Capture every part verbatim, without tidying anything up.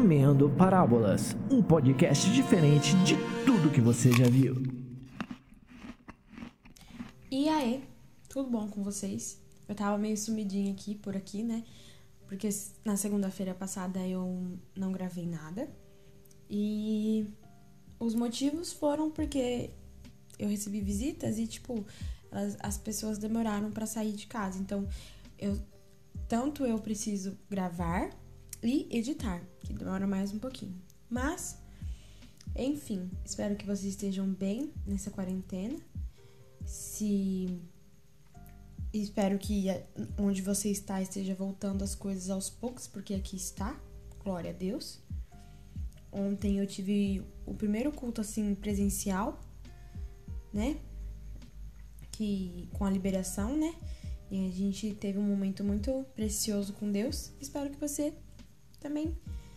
Comendo Parábolas, um podcast diferente de tudo que você já viu. E aí, tudo bom com vocês? Eu tava meio sumidinha aqui, por aqui, né? Porque na segunda-feira passada eu não gravei nada. E os motivos foram porque eu recebi visitas e, tipo, elas, as pessoas demoraram pra sair de casa. Então, eu, tanto eu preciso gravar e editar, que demora mais um pouquinho. Mas, enfim, espero que vocês estejam bem nessa quarentena. Se... Espero que onde você está esteja voltando as coisas aos poucos, porque aqui está, glória a Deus. Ontem eu tive o primeiro culto, assim, presencial, né? Que, com a liberação, né? E a gente teve um momento muito precioso com Deus. Espero que você também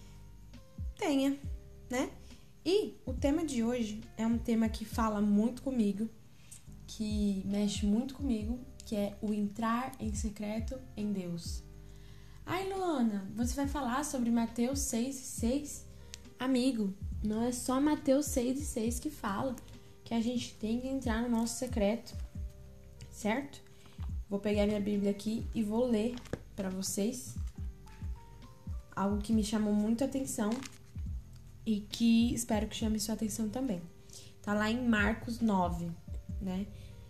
tenha, né? E o tema de hoje é um tema que fala muito comigo, que mexe muito comigo, que é o entrar em secreto em Deus. Ai, Luana, você vai falar sobre Mateus seis e seis? Amigo, não é só Mateus seis e seis que fala que a gente tem que entrar no nosso secreto, certo? Vou pegar minha Bíblia aqui e vou ler para vocês algo que me chamou muito a atenção e que espero que chame sua atenção também. Tá lá em Marcos nove, né?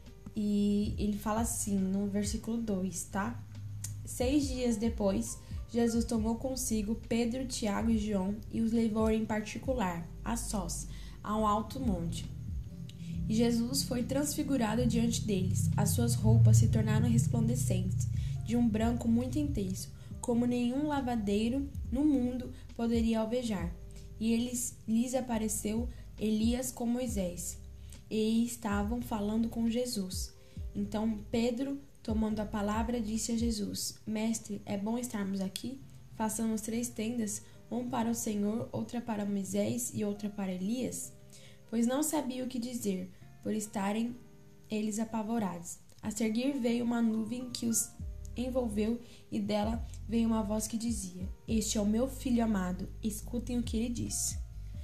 E ele fala assim, no versículo dois, tá? Seis dias depois, Jesus tomou consigo Pedro, Tiago e João e os levou em particular, a sós, a um alto monte. E Jesus foi transfigurado diante deles. As suas roupas se tornaram resplandecentes, de um branco muito intenso, como nenhum lavadeiro no mundo poderia alvejar. E eles, lhes apareceu Elias com Moisés, e estavam falando com Jesus. Então Pedro, tomando a palavra, disse a Jesus: Mestre, é bom estarmos aqui? Façamos três tendas, uma para o Senhor, outra para Moisés e outra para Elias? Pois não sabia o que dizer, por estarem eles apavorados. A seguir veio uma nuvem que os envolveu, e dela veio uma voz que dizia: Este é o meu filho amado, escutem o que ele diz.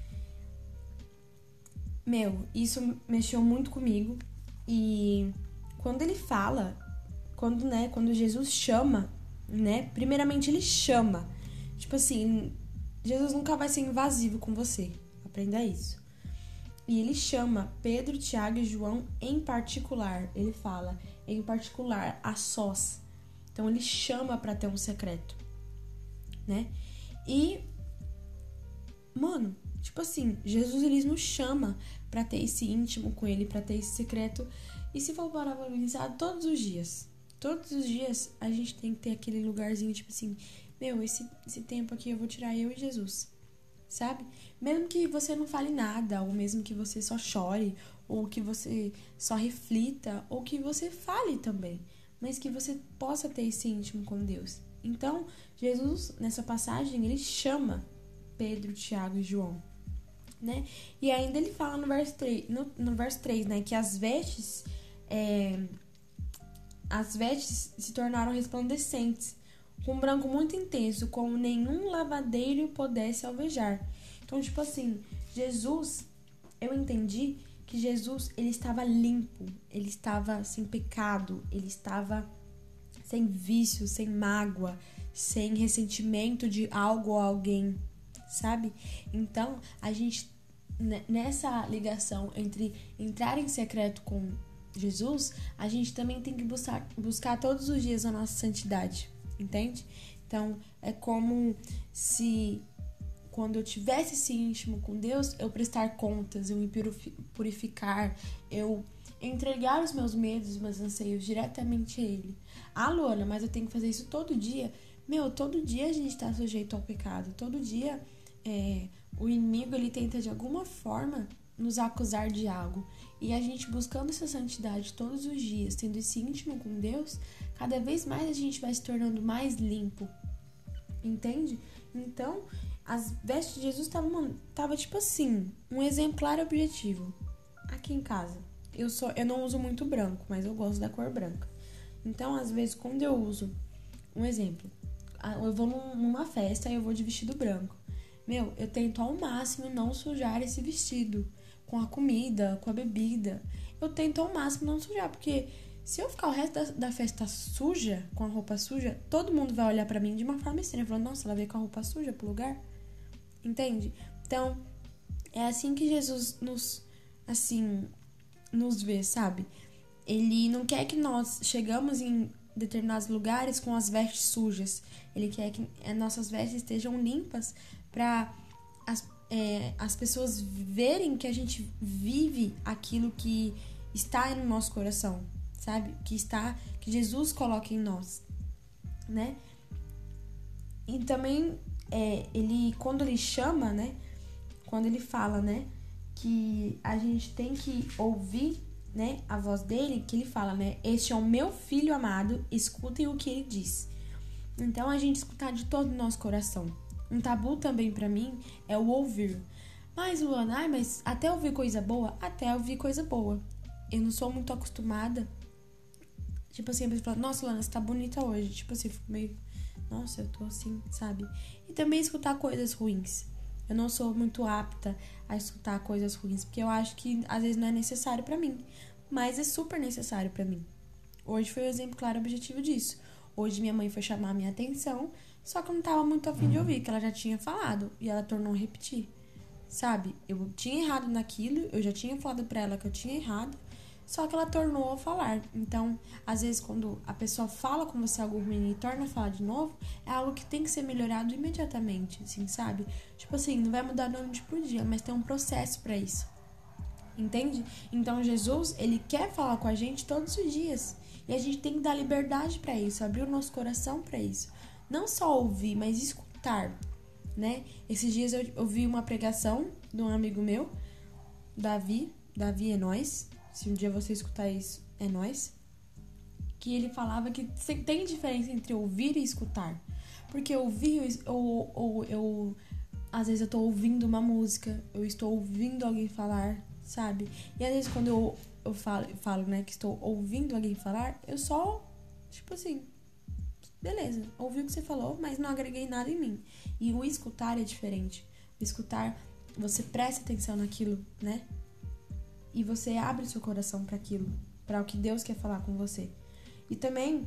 Meu, isso mexeu muito comigo. E quando ele fala, quando, né, quando Jesus chama, né, primeiramente ele chama. Tipo assim, Jesus nunca vai ser invasivo com você, aprenda isso. E ele chama Pedro, Tiago e João em particular. Ele fala, em particular, a sós. Então ele chama pra ter um secreto, né? E, mano, tipo assim, Jesus ele nos chama pra ter esse íntimo com ele, pra ter esse secreto. E se for para valorizar, todos os dias, todos os dias a gente tem que ter aquele lugarzinho, tipo assim, meu, esse, esse tempo aqui eu vou tirar eu e Jesus, sabe? Mesmo que você não fale nada, ou mesmo que você só chore, ou que você só reflita, ou que você fale também, mas que você possa ter esse íntimo com Deus. Então, Jesus, nessa passagem, ele chama Pedro, Tiago e João, né? E ainda ele fala no verso três, no, no verso três, né? Que as vestes, é, as vestes se tornaram resplandecentes, com um branco muito intenso, como nenhum lavadeiro pudesse alvejar. Então, tipo assim, Jesus, eu entendi que Jesus, ele estava limpo, ele estava sem pecado, ele estava sem vício, sem mágoa, sem ressentimento de algo ou alguém, sabe? Então, a gente, nessa ligação entre entrar em secreto com Jesus, a gente também tem que buscar, buscar todos os dias a nossa santidade, entende? Então, é como se quando eu tivesse esse íntimo com Deus, eu prestar contas, eu me purificar, eu entregar os meus medos, os meus anseios diretamente a Ele. Ah, Luana, mas eu tenho que fazer isso todo dia? Meu, todo dia a gente está sujeito ao pecado. Todo dia é, o inimigo ele tenta de alguma forma nos acusar de algo. E a gente buscando essa santidade todos os dias, tendo esse íntimo com Deus, cada vez mais a gente vai se tornando mais limpo. Entende? Então, as vestes de Jesus estavam, tava tipo assim, um exemplar objetivo. Aqui em casa, eu, só, eu não uso muito branco, mas eu gosto da cor branca. Então, às vezes, quando eu uso, um exemplo, eu vou numa festa e eu vou de vestido branco. meu, eu tento ao máximo não sujar esse vestido com a comida, com a bebida. Eu tento ao máximo não sujar, porque se eu ficar o resto da, da festa suja, com a roupa suja, todo mundo vai olhar pra mim de uma forma estranha, falando, nossa, ela veio com a roupa suja pro lugar. Entende? Então, é assim que Jesus nos, assim, nos vê, sabe? Ele não quer que nós chegamos em determinados lugares com as vestes sujas. Ele quer que as nossas vestes estejam limpas para as, é, as pessoas verem que a gente vive aquilo que está no nosso coração, sabe? Que está, que Jesus coloca em nós, né? E também, é, ele, quando ele chama, né? Quando ele fala, né? Que a gente tem que ouvir, né, a voz dele, que ele fala, né? Este é o meu filho amado, escutem o que ele diz. Então, a gente escutar de todo o nosso coração. Um tabu também pra mim é o ouvir. Mas, Luana, ai, mas até ouvir coisa boa? Até ouvir coisa boa. Eu não sou muito acostumada. Tipo assim, a pessoa fala, nossa, Luana, você tá bonita hoje. Tipo assim, eu fico meio, nossa, eu tô assim, sabe? E também escutar coisas ruins. Eu não sou muito apta a escutar coisas ruins, porque eu acho que às vezes não é necessário pra mim, mas é super necessário pra mim. Hoje foi um exemplo claro e objetivo disso. Hoje minha mãe foi chamar a minha atenção, só que eu não tava muito afim de ouvir, que ela já tinha falado, e ela tornou a repetir, sabe? Eu tinha errado naquilo, eu já tinha falado pra ela que eu tinha errado, só que ela tornou a falar. Então, às vezes, quando a pessoa fala com você algo ruim e torna a falar de novo, é algo que tem que ser melhorado imediatamente, assim, sabe? Tipo assim, não vai mudar da noite pro dia, mas tem um processo pra isso. Entende? Então, Jesus, ele quer falar com a gente todos os dias. E a gente tem que dar liberdade pra isso, abrir o nosso coração pra isso. Não só ouvir, mas escutar, né? Esses dias eu ouvi uma pregação de um amigo meu, Davi, Davi é nós. Se um dia você escutar isso, é nóis. Que ele falava que tem diferença entre ouvir e escutar. Porque ouvir, ou, ou eu... Às vezes eu tô ouvindo uma música, eu estou ouvindo alguém falar, sabe? E às vezes quando eu, eu, falo, eu falo, né, que estou ouvindo alguém falar, eu só, tipo assim, beleza, ouvi o que você falou, mas não agreguei nada em mim. E o escutar é diferente. O escutar, você presta atenção naquilo, né? E você abre seu coração para aquilo, para o que Deus quer falar com você. E também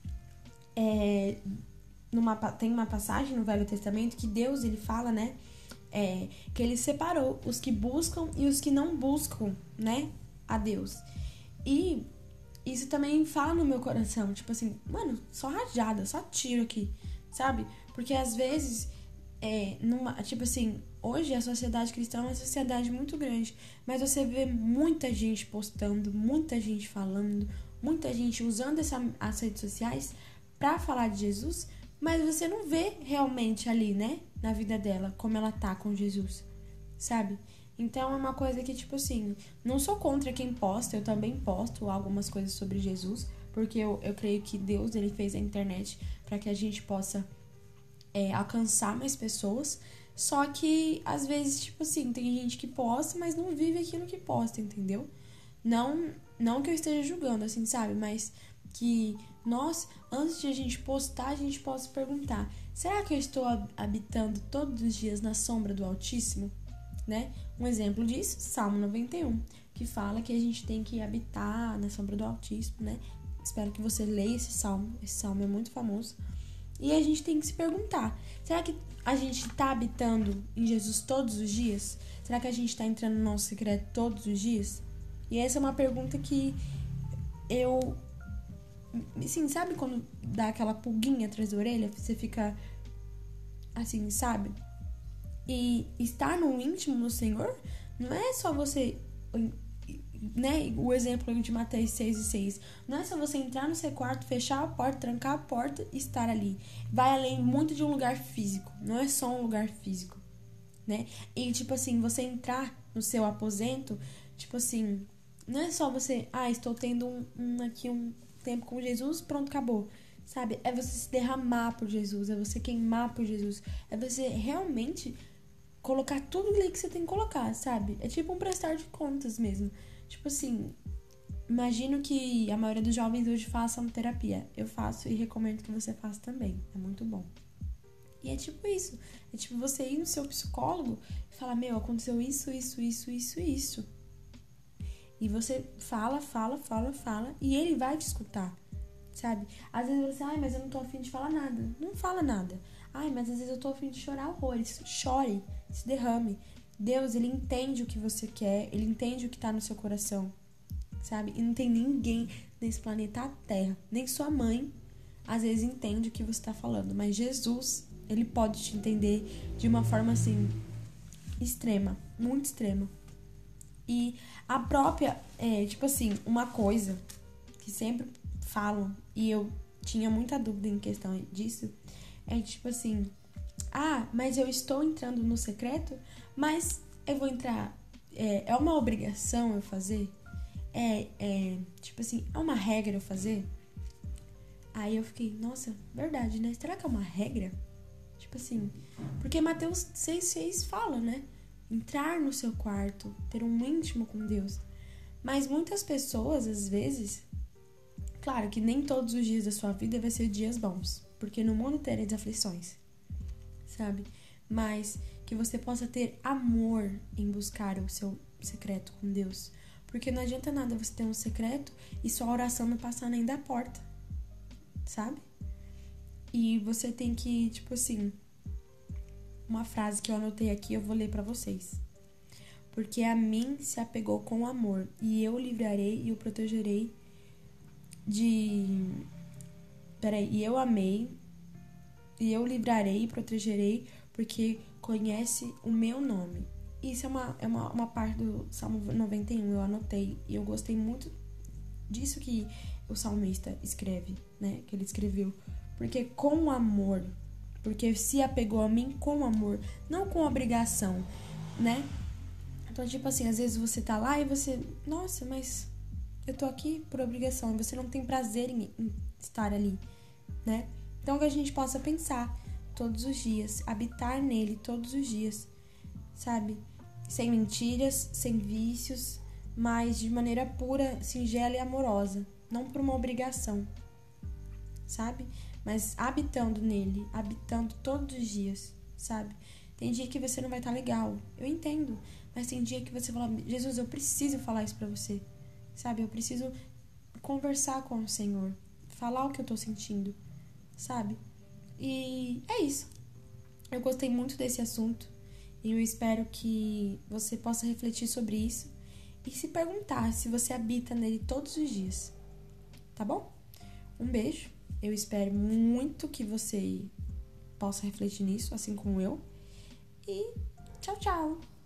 é, numa, tem uma passagem no Velho Testamento que Deus, ele fala, né, é, que ele separou os que buscam e os que não buscam, né, a Deus. E isso também fala no meu coração, tipo assim, mano, só rajada, só tiro aqui, sabe? Porque às vezes, é, numa, tipo assim, hoje a sociedade cristã é uma sociedade muito grande, mas você vê muita gente postando, muita gente falando, muita gente usando essa, as redes sociais pra falar de Jesus, mas você não vê realmente ali, né, na vida dela, como ela tá com Jesus, sabe? Então é uma coisa que, tipo assim, não sou contra quem posta, eu também posto algumas coisas sobre Jesus, porque eu, eu creio que Deus, ele fez a internet para que a gente possa é, alcançar mais pessoas. Só que, às vezes, tipo assim, tem gente que posta, mas não vive aquilo que posta, entendeu? Não, não que eu esteja julgando, assim, sabe? Mas que nós, antes de a gente postar, a gente possa perguntar: será que eu estou habitando todos os dias na sombra do Altíssimo? Né? Um exemplo disso, Salmo noventa e um, que fala que a gente tem que habitar na sombra do Altíssimo, né? Espero que você leia esse salmo, esse salmo é muito famoso. E a gente tem que se perguntar: será que a gente está habitando em Jesus todos os dias? Será que a gente está entrando no nosso secreto todos os dias? E essa é uma pergunta que eu... Assim, sabe quando dá aquela pulguinha atrás da orelha? Você fica assim, sabe? E estar no íntimo do Senhor não é só você... Né? O exemplo de Mateus seis e seis. Não é só você entrar no seu quarto, fechar a porta, trancar a porta e estar ali. Vai além muito de um lugar físico. Não é só um lugar físico, né? E tipo assim, você entrar no seu aposento, tipo assim, não é só você, ah, estou tendo um, um aqui um tempo com Jesus, pronto, acabou. Sabe? É você se derramar por Jesus, é você queimar por Jesus, é você realmente colocar tudo ali que você tem que colocar, sabe? É tipo um prestar de contas mesmo. Tipo assim, imagino que a maioria dos jovens hoje façam terapia. Eu faço e recomendo que você faça também. É muito bom. E é tipo isso. É tipo você ir no seu psicólogo e falar, meu, aconteceu isso, isso, isso, isso, isso. E você fala, fala, fala, fala, e ele vai te escutar, sabe? Às vezes você, ai, mas eu não tô afim de falar nada. Não fala nada. Ai, mas às vezes eu tô afim de chorar horrores. Chore, se derrame. Deus, ele entende o que você quer, ele entende o que tá no seu coração, sabe? E não tem ninguém nesse planeta Terra, nem sua mãe, às vezes entende o que você tá falando. Mas Jesus, ele pode te entender de uma forma, assim, extrema, muito extrema. E a própria, é, tipo assim, uma coisa que sempre falam, e eu tinha muita dúvida em questão disso, é tipo assim, ah, mas eu estou entrando no secreto, mas eu vou entrar, é, é uma obrigação eu fazer? É, é, tipo assim, é uma regra eu fazer? Aí eu fiquei, nossa, verdade, né? Será que é uma regra? Tipo assim, porque Mateus seis seis fala, né? Entrar no seu quarto, ter um íntimo com Deus. Mas muitas pessoas, às vezes, claro que nem todos os dias da sua vida vai ser dias bons, porque no mundo tereis aflições, sabe? Mas que você possa ter amor em buscar o seu secreto com Deus. Porque não adianta nada você ter um secreto e sua oração não passar nem da porta, sabe? E você tem que, tipo assim, uma frase que eu anotei aqui, eu vou ler pra vocês. Porque a mim se apegou com amor, e eu o livrarei e o protegerei de... Peraí, e eu amei, e eu o livrarei e protegerei, porque conhece o meu nome. Isso é uma, é uma, uma parte do Salmo noventa e um, eu anotei, e eu gostei muito disso que o salmista escreve, né? Que ele escreveu. Porque com amor, porque se apegou a mim com amor, não com obrigação, né? Então, tipo assim, às vezes você tá lá e você... Nossa, mas eu tô aqui por obrigação. E você não tem prazer em, em estar ali, né? Então, que a gente possa pensar todos os dias. Habitar nele todos os dias, sabe? Sem mentiras, sem vícios, mas de maneira pura, singela e amorosa. Não por uma obrigação, sabe? Mas habitando nele, habitando todos os dias, sabe? Tem dia que você não vai estar legal, eu entendo. Mas tem dia que você fala, Jesus, eu preciso falar isso pra você, sabe? Eu preciso conversar com o Senhor, falar o que eu tô sentindo, sabe? E é isso. Eu gostei muito desse assunto e eu espero que você possa refletir sobre isso e se perguntar se você habita nele todos os dias, tá bom? Um beijo. Eu espero muito que você possa refletir nisso, assim como eu. E tchau, tchau!